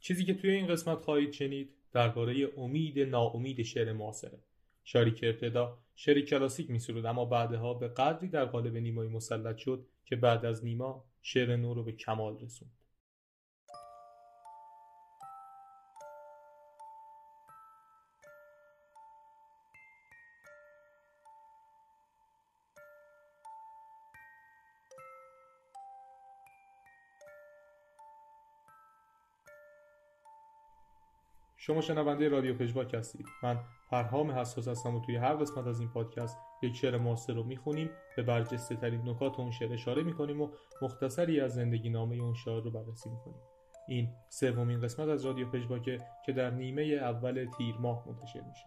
چیزی که توی این قسمت خواهید شنید درباره امید ناامید شعر معاصره. شاعری که ابتدا شعر کلاسیک می‌سرود اما بعدها به قدری در قالب نیمایی مسلط شد که بعد از نیما شعر نو رو به کمال رسوند. شما شنونده رادیو پژواک هستید. من پرهام حساس هستم و توی هر قسمت از این پادکست یک شعر معاصر رو میخونیم، به برجسته ترین نکات اون شعر اشاره میکنیم و مختصری از زندگی نامه اون شاعر رو بررسی میکنیم. این سومین قسمت از رادیو پژواک که در نیمه اول تیر ماه منتشر میشه.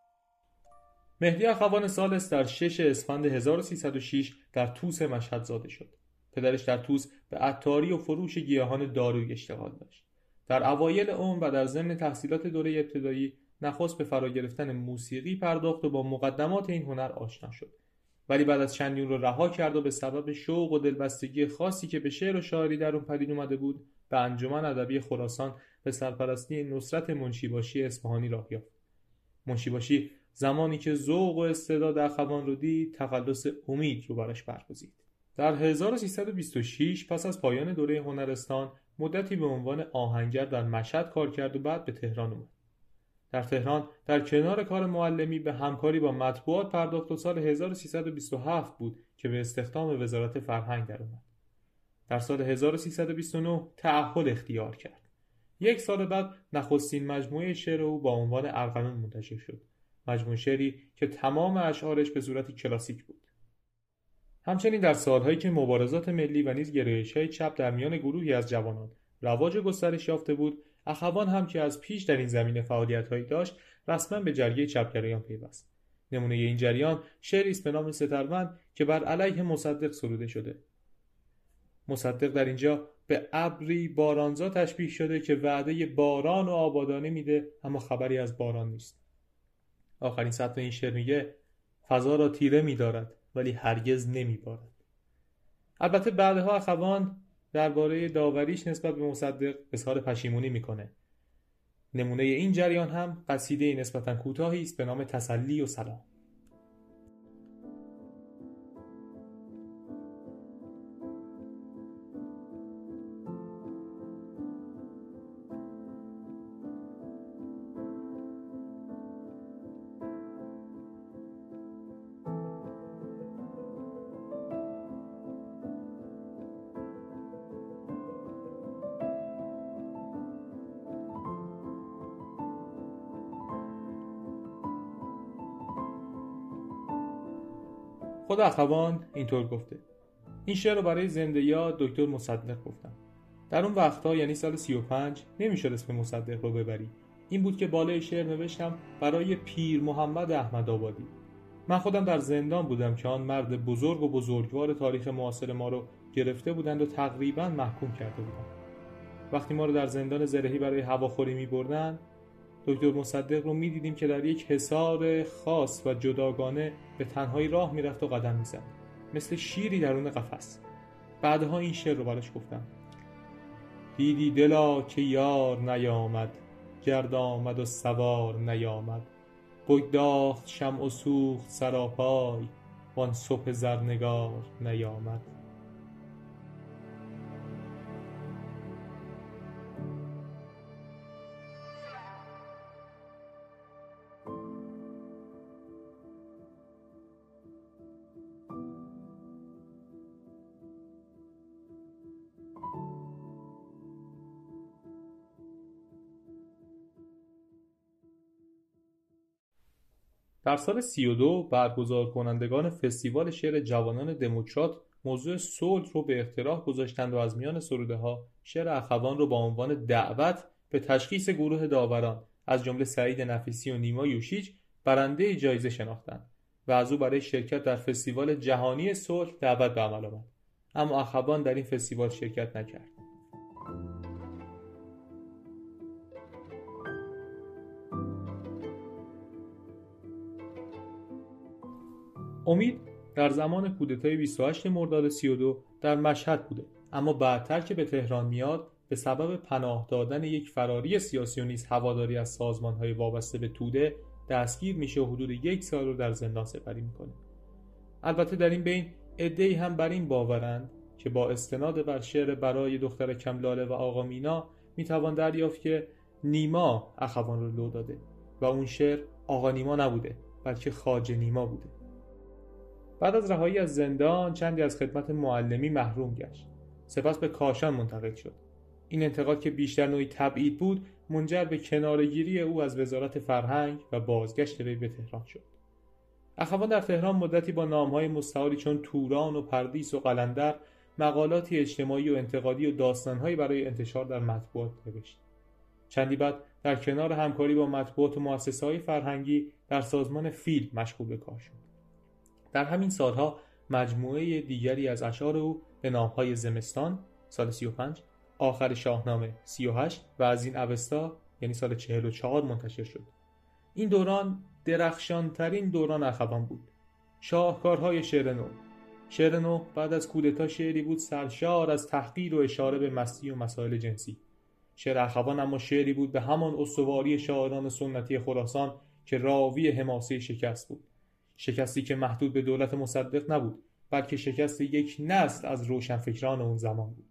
مهدی اخوان ثالث در 6 اسفند 1306 در طوس مشهد زاده شد. پدرش در طوس به عطاری و فروش گیاهان دارویی اشتغال داشت. در اوایل عمر و در ضمن تحصیلات دوره ابتدایی نخست به فرا گرفتن موسیقی پرداخت و با مقدمات این هنر آشنا شد. ولی بعد از چندین رو رها کرد و به سبب شوق و دلبستگی خاصی که به شعر و شاعری در اون پدید اومده بود، به انجمن ادبی خراسان به سرپرستی نصرت منشیباشی اصفهانی راه یافت. منشیباشی زمانی که ذوق و استعداد اخوان رو دید، تخلص امید رو براش برگزید. در 1326 پس از پایان دوره هنرستان مدتی به عنوان آهنگر در مشهد کار کرد و بعد به تهران اومد. در تهران در کنار کار معلمی به همکاری با مطبوعات پرداخت و سال 1327 بود که به استخدام وزارت فرهنگ در اومد. در سال 1329 تأهل اختیار کرد. یک سال بعد نخستین مجموعه شعر او با عنوان ارغنون منتشر شد. مجموعه شعری که تمام اشعارش به صورت کلاسیک بود. همچنین در سالهایی که مبارزات ملی و نیز گرایش‌های چپ در میان گروهی از جوانان رواج گسترش یافته بود، اخوان هم که از پیش در این زمینه فعالیت‌هایی داشت، رسما به جریه چپگرایان پیوست. نمونه این جریان شعری است به نام سترون که بر علیه مصدق سروده شده. مصدق در اینجا به ابری بارانزا تشبیه شده که وعده باران و آبادانی میده اما خبری از باران نیست. آخرین سطر این شعر میگه فضا را تیره می‌دارد ولی هرگز نمی‌بارد. البته بعدها اخوان درباره داوریش نسبت به مصدق اظهار پشیمونی میکنه. نمونه این جریان هم قصیده نسبتاً کوتاهی است به نام تسلی و سلام. خود اخوان اینطور گفته: این شعر رو برای زنده یاد دکتر مصدق گفتم. در اون وقتا یعنی سال 35 نمیشد اسم مصدق رو ببری. این بود که بالای شعر نوشتم برای پیر محمد احمدآبادی. من خودم در زندان بودم که آن مرد بزرگ و بزرگوار تاریخ معاصر ما رو گرفته بودند و تقریبا محکوم کرده بودند. وقتی ما رو در زندان زرهی برای هواخوری می‌بردند، دکتر مصدق رو می‌دیدیم که در یک حصار خاص و جداگانه به تنهایی راه می‌رفت و قدم می‌زد، مثل شیری درون قفس. بعدها این شعر رو براش گفتم: دیدی دلا که یار نیامد، گرد آمد و سوار نیامد، بگداخت شمع و سوخت سراپای، وان صبح زرنگار نیامد. در سال 32 برگزار کنندگان فستیوال شعر جوانان دموکرات موضوع صلح رو به اقتراح گذاشتند و از میان سروده ها شعر اخوان رو با عنوان دعوت به تشخیص گروه داوران از جمله سعید نفیسی و نیما یوشیج برنده جایزه شناختند و از او برای شرکت در فستیوال جهانی صلح دعوت به عمل آمد. اما اخوان در این فستیوال شرکت نکرد. امید در زمان کودتای 28 مرداد 32 در مشهد بوده، اما بعدتر که به تهران میاد به سبب پناه دادن یک فراری سیاسی و نیز هواداری از سازمان‌های وابسته به توده دستگیر میشه و حدود 1 سال رو در زندان سپری میکنه. البته در این بین عده‌ای هم بر این باورند که با استناد بر شعر برای دختر کملاله و آقا مینا میتوان دریافت که نیما اخوان رو لو داده و اون شعر آقا نیما نبوده بلکه خواجه نیما بوده. بعد از رهایی از زندان چندی از خدمت معلمی محروم گشت. سپس به کاشان منتقل شد. این انتقال که بیشتر نوعی تبعید بود منجر به کناره‌گیری او از وزارت فرهنگ و بازگشت وی به تهران شد. اخوان در تهران مدتی با نام‌های مستعاری چون توران و پردیس و قلندر مقالاتی اجتماعی و انتقادی و داستان‌هایی برای انتشار در مطبوعات نوشت. چندی بعد در کنار همکاری با مطبوعات و مؤسسه‌های فرهنگی در سازمان فیل مشغول به کار شد. در همین سالها مجموعه دیگری از اشعار او به نام‌های زمستان سال 35، آخر شاهنامه 38 و از این اوستا یعنی سال 44 منتشر شد. این دوران درخشانترین دوران اخوان بود. شاهکارهای شعر نو بعد از کودتا شعری بود سرشار از تحقیر و اشاره به مستی و مسائل جنسی. شعر اخوان اما شعری بود به همان استواری شاعران سنتی خراسان که راوی حماسه شکست بود. شکستی که محدود به دولت مصدق نبود بلکه شکست یک نسل از روشنفکران اون زمان بود.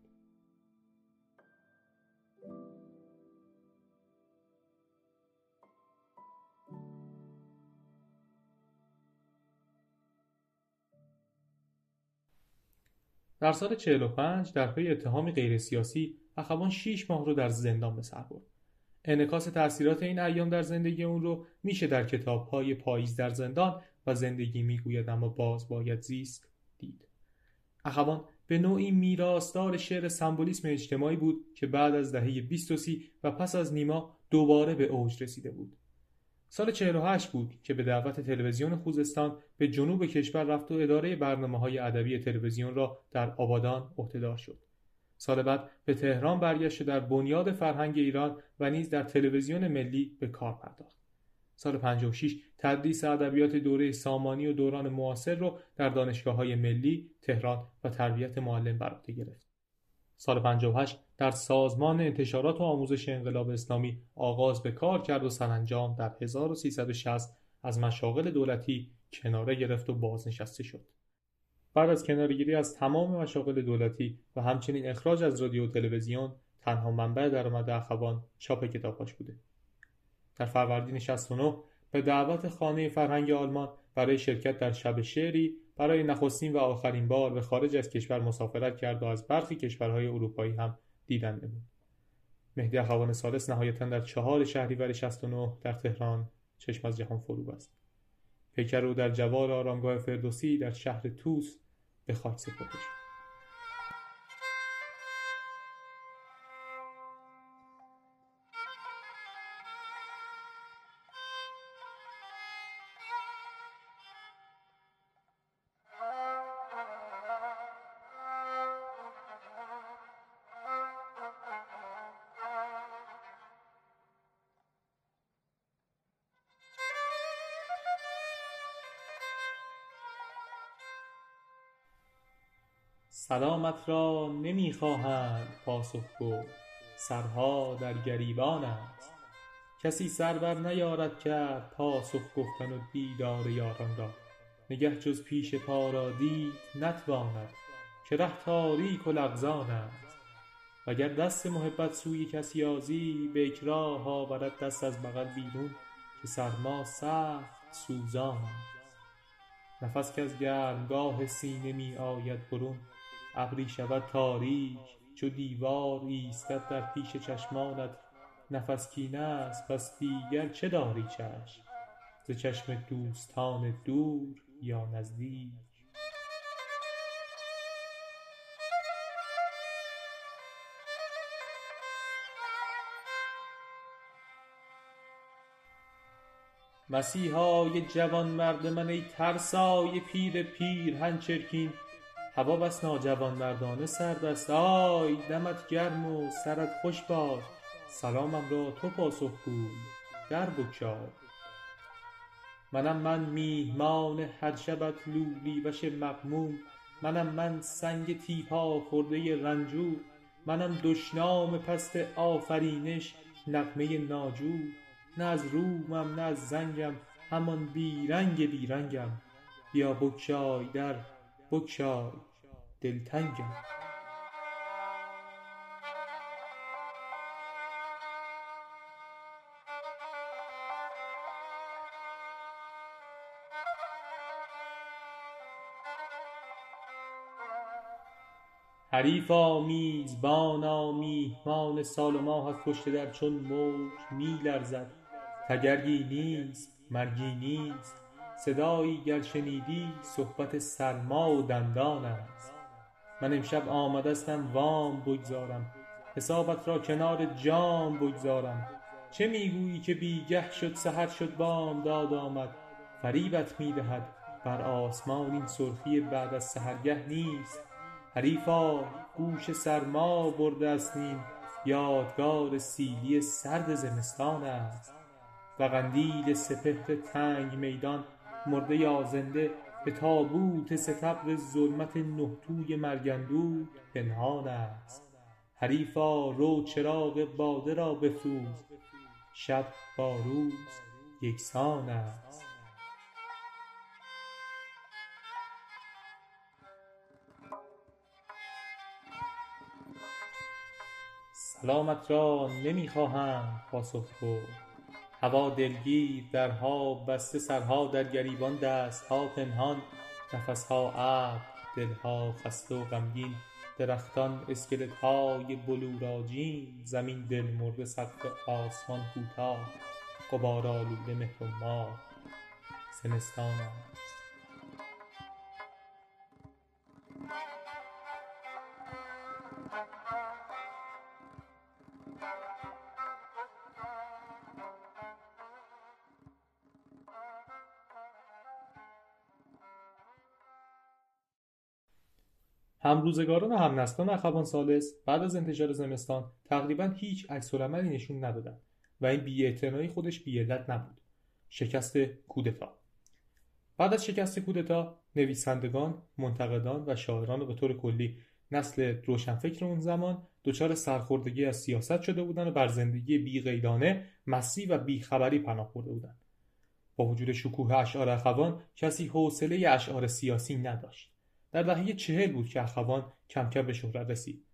در سال 45 در پی اتهام غیر سیاسی اخوان 6 ماه رو در زندان به سر برد. انعکاس تأثیرات این ایام در زندگی اون رو میشه در کتاب‌های پاییز در زندان و زندگی میگوید اما باز باید زیست دید. اخوان به نوعی میراثدار شعر سمبولیسم اجتماعی بود که بعد از دهه 20 و 30 و پس از نیما دوباره به اوج رسیده بود. سال 48 بود که به دعوت تلویزیون خوزستان به جنوب کشور رفت و اداره برنامه‌های ادبی تلویزیون را در آبادان عهده‌دار شد. سال بعد به تهران برگشت و در بنیاد فرهنگ ایران و نیز در تلویزیون ملی به کار پرداخت. سال 56 تدریس ادبیات دوره سامانی و دوران معاصر رو در دانشگاه‌های ملی تهران و تربیت معلم بر عهده گرفت. سال 58 در سازمان انتشارات و آموزش انقلاب اسلامی آغاز به کار کرد و سرانجام در 1360 از مشاغل دولتی کناره گرفت و بازنشسته شد. بعد از کناره‌گیری از تمام مشاغل دولتی و همچنین اخراج از رادیو و تلویزیون تنها منبع درآمد اخوان چاپ کتاباش بوده. در فروردین 69 به دعوت خانه فرهنگ آلمان برای شرکت در شب شعری برای نخستین و آخرین بار به خارج از کشور مسافرت کرد و از برخی کشورهای اروپایی هم دیدن نمود. مهدی اخوان ثالث نهایتاً در 4 شهریور 69 در تهران چشم از جهان فرو بست. پیکر او در جوار آرامگاه فردوسی در شهر طوس به خاک سپرده شد. سلامت را نمیخواهند پاسخ گفت، سرها در گریبان است. کسی سر بر نیارد کرد پاسخ گفتن و دیدار یاران را. نگه جز پیش پا را دید نتواند، که ره تاریک و لغزان است. وگر دست محبت سوی کسی یازی، به اکراه آورد دست از بغل بیرون، که سرما سخت سوزان است. نفس که از گرمگاه سینه می آید برون، ابری شود تاریک چو دیوار ایستد در پیش چشمانت. نفس کینه است پس دیگر چه داری چشم، ز چشم دوستان دور یا نزدیک. مسیحای جوان مرد من ای ترسای پیر پیرهن چرکین، هوا بس ناجوان مردانه سرد است. آی دمت گرم و سرت خوش باد، سلامم را تو پاسخ گوی در بگشای. منم من میهمان هر شبت لولی وش مغموم، منم من سنگ تیپا خورده رنجور. منم دشنام پست آفرینش نغمه ناجور. نه از رومم نه از زنگم همان بیرنگ بیرنگم. بیا بگشای در بگشای دلتنگم. حریفا میزبانا میهمان سال و ماه از پشت در چون موج می لرزد. تگرگی نیست مرگی نیست صدایی گر شنیدی صحبت سرما و دندان است. من امشب آمدستم وام بگذارم حسابت را کنار جام بگذارم. چه میگویی که بیگه شد سحر شد بامداد آمد. فریبت میدهد بر آسمان این سرخی بعد از سحرگه نیست. حریفا گوش سرما برده است نیم یادگار سیلی سرد زمستان است. و قندیل سپهر تنگ میدان مرده یا زنده به تابوت ستبر ظلمت نه توی مرگندود پنهان است. حریفا رو چراغ باده را بفروز شب با روز یکسان است. سلامت را نمیخواهم پاسخ برد. هوا دلگیر درها بسته سرها در گریبان دستها پنهان. نفسها ابر دلها خسته و غمگین. درختان اسکلت‌های بلوراجین. زمین دل مرده سقف آسمان کوتاه. غبارآلوده مهر و ماه زمستان است. همروزگاران و همنسلان اخوان ثالث بعد از انتشار زمستان تقریباً هیچ عکس‌العملی نشون ندادند و این بی‌اعتنایی خودش بی‌علت نبود. شکست کودتا. بعد از شکست کودتا نویسندگان، منتقدان و شاعران و به طور کلی نسل روشنفکر اون زمان دچار سرخوردگی از سیاست شده بودند و بر زندگی بی‌قیدانه، مستی و بیخبری پناه برده بودند. با وجود شکوه اشعار اخوان کسی حوصله اشعار سیاسی نداشت. در دهه 40 بود که اخوان کم کم به شهرت رسید.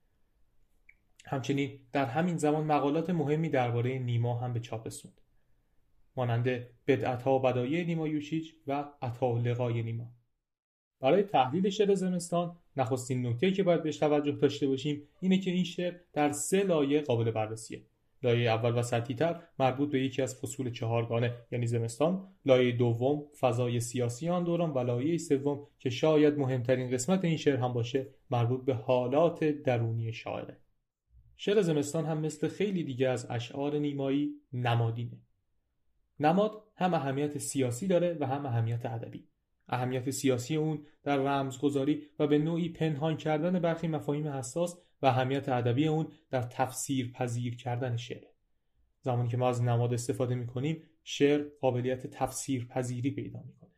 همچنین در همین زمان مقالات مهمی درباره نیما هم به چاپ رسوند، مانند بدعت‌ها و بدایع نیما یوشیج و عطالقای نیما. برای تحلیل شعر زمستان نخستین نکته‌ای که باید بهش توجه داشته باشیم اینه که این شعر در 3 لایه قابل بررسیه. لایه اول و سطحی‌تر مربوط به یکی از فصول 4گانه یعنی زمستان، لایه دوم فضای سیاسی آن دوران و لایه سوم که شاید مهمترین قسمت این شعر هم باشه مربوط به حالات درونی شاعره. شعر زمستان هم مثل خیلی دیگه از اشعار نیمایی نمادینه. نماد هم اهمیت سیاسی داره و هم اهمیت ادبی. اهمیت سیاسی اون در رمزگذاری و به نوعی پنهان کردن برخی مفاهیم حساس و اهمیت ادبی اون در تفسیر پذیر کردن شعر. زمانی که ما از نماد استفاده می‌کنیم شعر قابلیت تفسیر پذیری پیدا می‌کنه.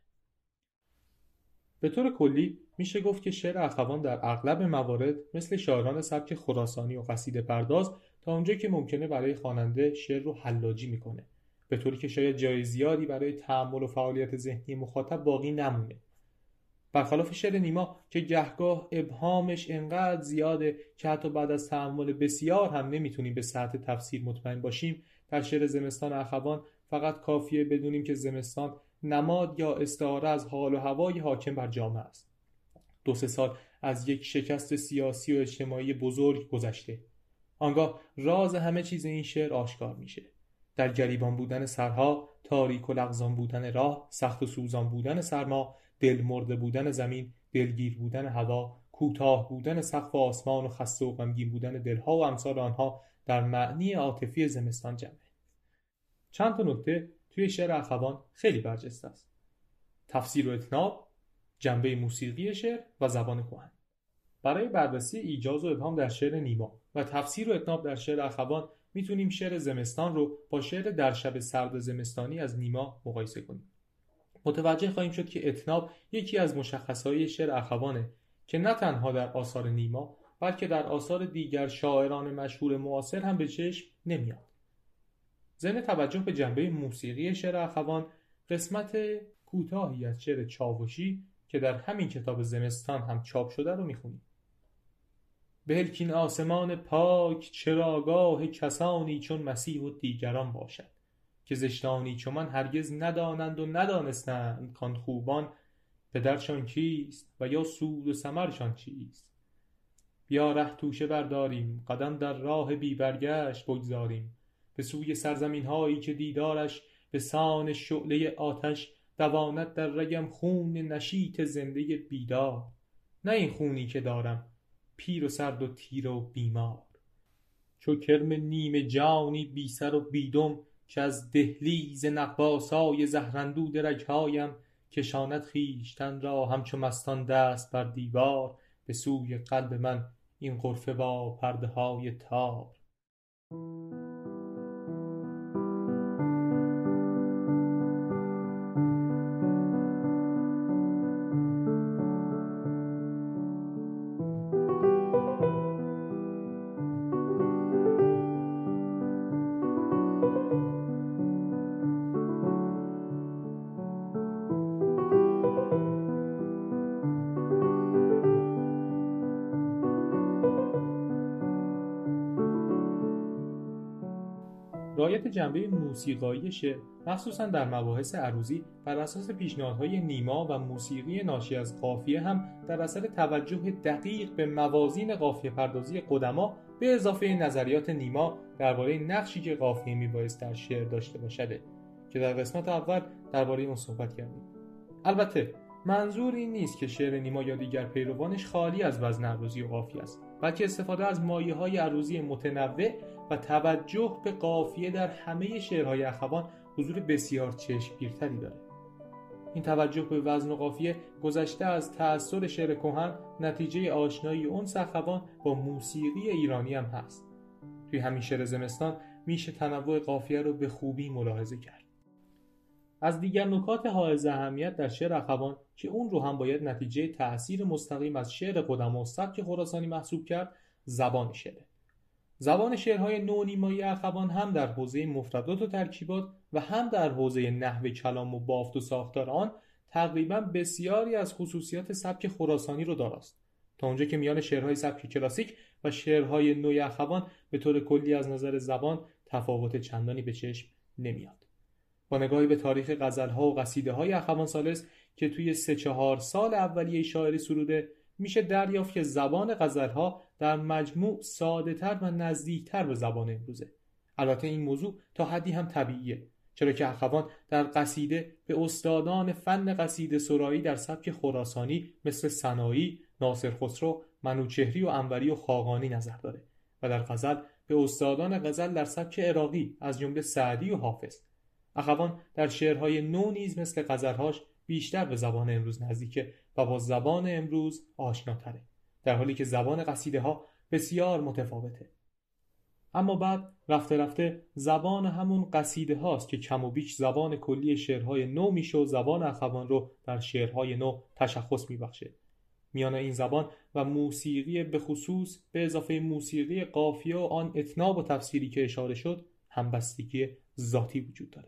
به طور کلی میشه گفت که شعر اخوان در اغلب موارد مثل شاعران سبک خراسانی و قصیده پرداز تا اونجایی که ممکنه برای خواننده شعر رو حلاجی می‌کنه، به طوری که شاید جای زیادی برای تأمل و فعالیت ذهنی مخاطب باقی نمونه. برخلاف شعر نیما که گهگاه ابهامش انقدر زیاده که حتی بعد از تأمل بسیار هم نمیتونیم به سطح تفسیر مطمئن باشیم، در شعر زمستان اخوان فقط کافیه بدونیم که زمستان نماد یا استعاره از حال و هوای حاکم بر جامعه است. 2-3 سال از یک شکست سیاسی و اجتماعی بزرگ گذشته. آنگاه راز همه چیز این شعر آشکار میشه. در گریبان بودن سرها، تاریک و لغزان بودن راه، سخت و سوزان بودن سرما، دل مرده بودن زمین، دلگیر بودن هوا، کوتاه بودن سقف آسمان و خسته و غمگین بودن دلها و امثال آنها در معنی عاطفی زمستان جمعه. چند تا نکته توی شعر اخوان خیلی برجسته است: تفسیر و اطناب، جنبه موسیقی شعر و زبان کهن. برای بررسی ایجاز و ابهام در شعر نیما و تفسیر و اطناب در شعر اخوان میتونیم شعر زمستان رو با شعر در شب سرد زمستانی از نیما مقایسه کنیم. متوجه خواهیم شد که اطناب یکی از مشخصهای شعر اخوانه که نه تنها در آثار نیما بلکه در آثار دیگر شاعران مشهور معاصر هم به چشم نمیاد. ضمن توجه به جنبه موسیقی شعر اخوان، قسمت کوتاهی از شعر چاوشی که در همین کتاب زمستان هم چاپ شده رو میخونیم. بلکین آسمان پاک چراگاه کسانی چون مسیح و دیگران باشد، که زشتانی چون من هرگز ندانند و ندانستند کان خوبان پدرشان کیست و یا سود و ثمرشان چیست. بیا ره توشه برداریم، قدم در راه بی برگشت بگذاریم، به سوی سرزمین هایی که دیدارش به سان شعله آتش دواند در رگم خون نشیط زنده بیدار. نه این خونی که دارم پیر و سرد و تیر و بیمار، چو کرم نیمه جانی بی سر و بیدم، که از دهلیز نقباسای زهرندود رگهایم کشاند خویشتن را همچو مستان دست بر دیوار، به سوی قلب من این غرفه با پرده های تار. رعایت جنبه موسیقایی شعر مخصوصا در مباحث عروضی بر اساس پیشنهادهای نیما و موسیقی ناشی از قافیه هم در اثر توجه دقیق به موازین قافیه پردازی قدما به اضافه نظریات نیما درباره نقشی که قافیه میبایست در شعر داشته باشد که در قسمت اول درباره اون صحبت کردیم. البته منظور این نیست که شعر نیما یا دیگر پیروانش خالی از وزن عروضی و قافیه است، بلکه استفاده از مایه‌های عروضی متنوع و توجه به قافیه در همه شعرهای اخوان حضور بسیار چشمگیرتری داره. این توجه به وزن و قافیه گذشته از تأثیر شعر کهن نتیجه آشنایی انس اخوان با موسیقی ایرانی هم هست. توی همین شعر زمستان میشه تنوع قافیه رو به خوبی ملاحظه کرد. از دیگر نکات حائز اهمیت در شعر اخوان که اون رو هم باید نتیجه تأثیر مستقیم از شعر قدما و سبک خراسانی محسوب کرد، زبان شعره. زبان شعرهای نونیمایی اخوان هم در حوزه مفردات و ترکیبات و هم در حوزه نحو کلام و بافت و ساختار آن تقریبا بسیاری از خصوصیات سبک خراسانی رو داراست، تا اونجا که میان شعرهای سبک کلاسیک و شعرهای نوی اخوان به طور کلی از نظر زبان تفاوت چندانی به چشم نمیاد. با نگاهی به تاریخ غزل‌ها و قصیده‌های اخوان ثالث که توی 3-4 سال اولیه شاعری سروده، میشه دریافت که زبان غزل‌ها در مجموع ساده‌تر و نزدیکتر به زبان امروزه. البته این موضوع تا حدی هم طبیعیه، چرا که اخوان در قصیده به استادان فن قصیده سرایی در سبک خراسانی مثل سنایی، ناصر خسرو، منوچهری و انوری و خاقانی نظر داره و در غزل به استادان غزل در سبک عراقی از جمله سعدی و حافظ. اخوان در شعرهای نو نیز مثل غزلهاش بیشتر به زبان امروز نزدیکه و با زبان امروز آشناتره، در حالی که زبان قصیده ها بسیار متفاوته. اما بعد رفته رفته زبان همون قصیده هاست که کم و بیش زبان کلی شعرهای نو میشه و زبان اخوان رو در شعرهای نو تشخص میبخشه. میان این زبان و موسیقی به خصوص به اضافه موسیقی قافیه و آن اتناب و تفسیری که اشاره شد همبستگی ذاتی وجود داره.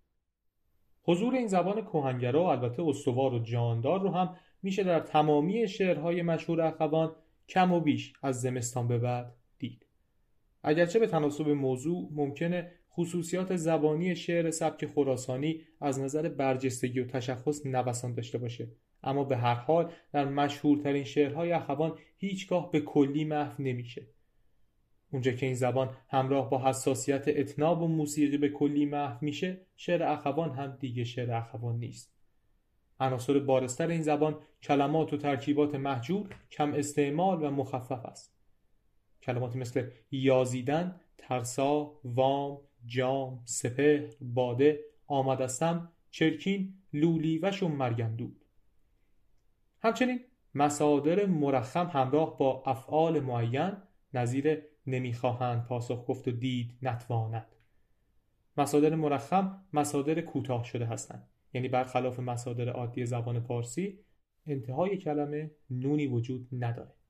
حضور این زبان کهنگرا و البته استوار و جاندار رو هم میشه در تمامی شعرهای مشهور اخوان کم و بیش از زمستان به بعد دید. اگرچه به تناسب موضوع ممکنه خصوصیات زبانی شعر سبک خراسانی از نظر برجستگی و تشخص نوسان داشته باشه، اما به هر حال در مشهورترین شعرهای اخوان هیچگاه به کلی محو نمیشه. اونجا که این زبان همراه با حساسیت اتناب و موسیقی به کلی محو میشه، شعر اخوان هم دیگه شعر اخوان نیست. عناصر بارزتر این زبان کلمات و ترکیبات محجور، کم استعمال و مخفف است. کلماتی مثل یازیدن، ترسا، وام، جام، سپهر، باده، آمدستم، چرکین، لولیوش و مرگندود. همچنین مصادر مرخم همراه با افعال معین نظیر نمیخواهند پاسخ گفت و دید نتواند. مصادر مرخم مصادر کوتاه شده هستند، یعنی برخلاف مصادر عادی زبان پارسی انتهای کلمه نونی وجود نداره.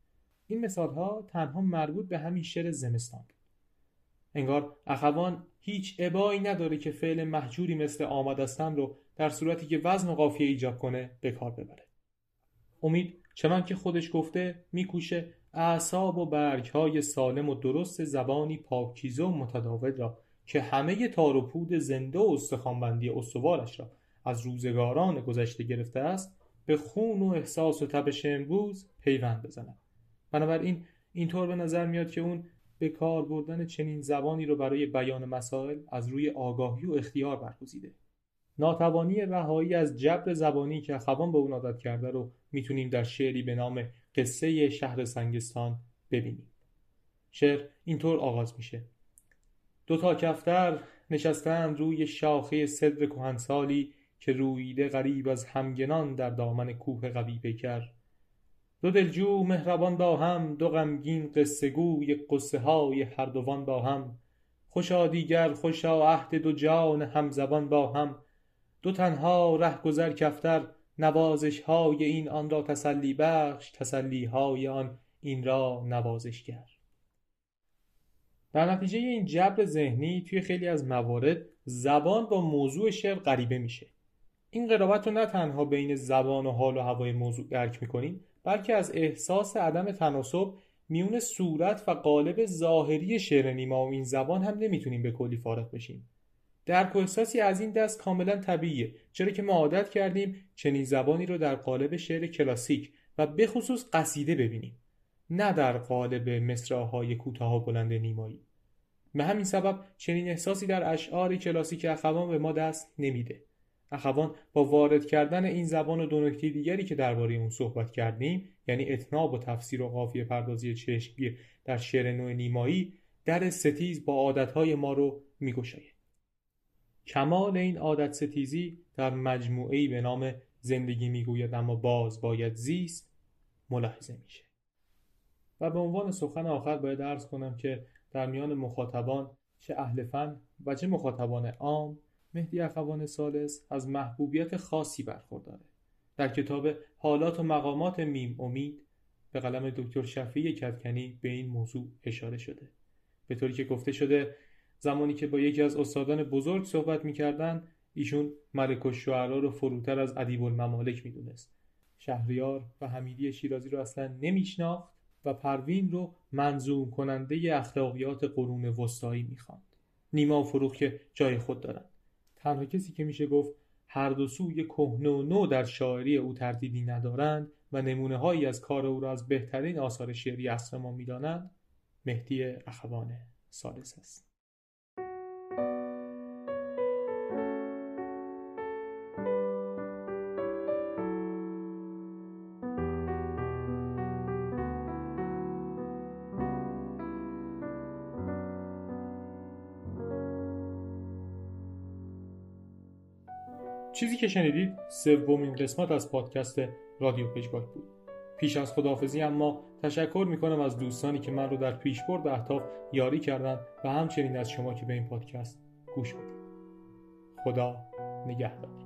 این مثالها تنها مربوط به همین شعر زمستان بود. انگار اخوان هیچ ابایی نداره که فعل محجوری مثل آمدستم رو در صورتی که وزن و قافیه ایجاب کنه به کار ببره. امید چنان که خودش گفته میکوشه اعصاب و برگ‌های سالم و درست زبانی پاکیزه و متداول را که همه تار و پود زنده و استخوان‌بندی استوارش را از روزگاران گذشته گرفته است به خون و احساس و تپش امروز پیوند بزند. بنابراین اینطور به نظر میاد که اون به کار بردن چنین زبانی رو برای بیان مسائل از روی آگاهی و اختیار برگزیده. ناتوانی رهایی از جبر زبانی که اخوان به اون عادت کرده رو میتونیم در شعری به نام قصه شهر سنگستان ببینیم. شعر اینطور آغاز میشه: دو تا کفتر نشستند روی شاخه صدر کهنسالی که رویده غریب از همگنان در دامن کوه قوی پیکر. دو دلجو مهربان با هم، دو غمگین قصه گوی قصه های هر دوان با هم. خوشا دیگر خوشا عهد دو جان همزبان با هم. دو تنها ره گذر کفتر، نوازش های این آن را تسلی بخش، تسلی های آن این را نوازشگر. در نتیجه این جبر ذهنی توی خیلی از موارد زبان با موضوع شعر غریبه میشه. این قرابت رو نه تنها بین زبان و حال و هوای موضوع درک میکنیم، بلکه از احساس عدم تناسب میون صورت و قالب ظاهری شعر نیما و این زبان هم نمیتونیم به کلی فارغ بشیم. درک و احساسی از این دست کاملا طبیعیه، چرا که ما عادت کردیم چنین زبانی رو در قالب شعر کلاسیک و به خصوص قصیده ببینیم، نه در قالب مصرع‌های کوتاه و بلند نیمایی. به همین سبب چنین احساسی در اشعار کلاسیک اخوان به ما دست نمیده. اخوان با وارد کردن این زبان و دو نکته دیگری که درباره اون صحبت کردیم، یعنی اتناب و تفسیر و قافیه پردازی چشمگیر در شعر نو نیمایی، در ستیز با عادتهای ما رو میگشاید. کمال این عادت ستیزی در مجموعه‌ای به نام زندگی میگوید اما باز باید زیست ملاحظه میشه. و به عنوان سخن آخر باید عرض کنم که در میان مخاطبان چه اهل فن و چه مخاطبان عام، مهدی اخوان ثالث از محبوبیت خاصی برخورداره. در کتاب حالات و مقامات میم امید به قلم دکتر شفیع کدکنی به این موضوع اشاره شده، به طوری که گفته شده زمانی که با یکی از استادان بزرگ صحبت می‌کردن، ایشون ملک الشعرا رو فروتر از ادیب الممالک می‌دونست. شهریار و حمیدی شیرازی رو اصلا نمی‌شناخت و پروین رو منظوم کننده اخلاقیات قرون وسطایی می‌خواند. نیما و فروغ که جای خود دارن. تنها کسی که میشه گفت هر دو سوی کهنه و نو در شاعری او تردیدی ندارند و نمونه‌هایی از کار او را از بهترین آثار شعری عصر ما می‌دانند، مهدی اخوان ثالث است. چیزی که شنیدید سومین قسمت از پادکست رادیو پژواک بود. پیش از خداحافظی اما تشکر میکنم از دوستانی که من رو در پیشبرد اهداف یاری کردن و همچنین از شما که به این پادکست گوش میدید. خدا نگهدار.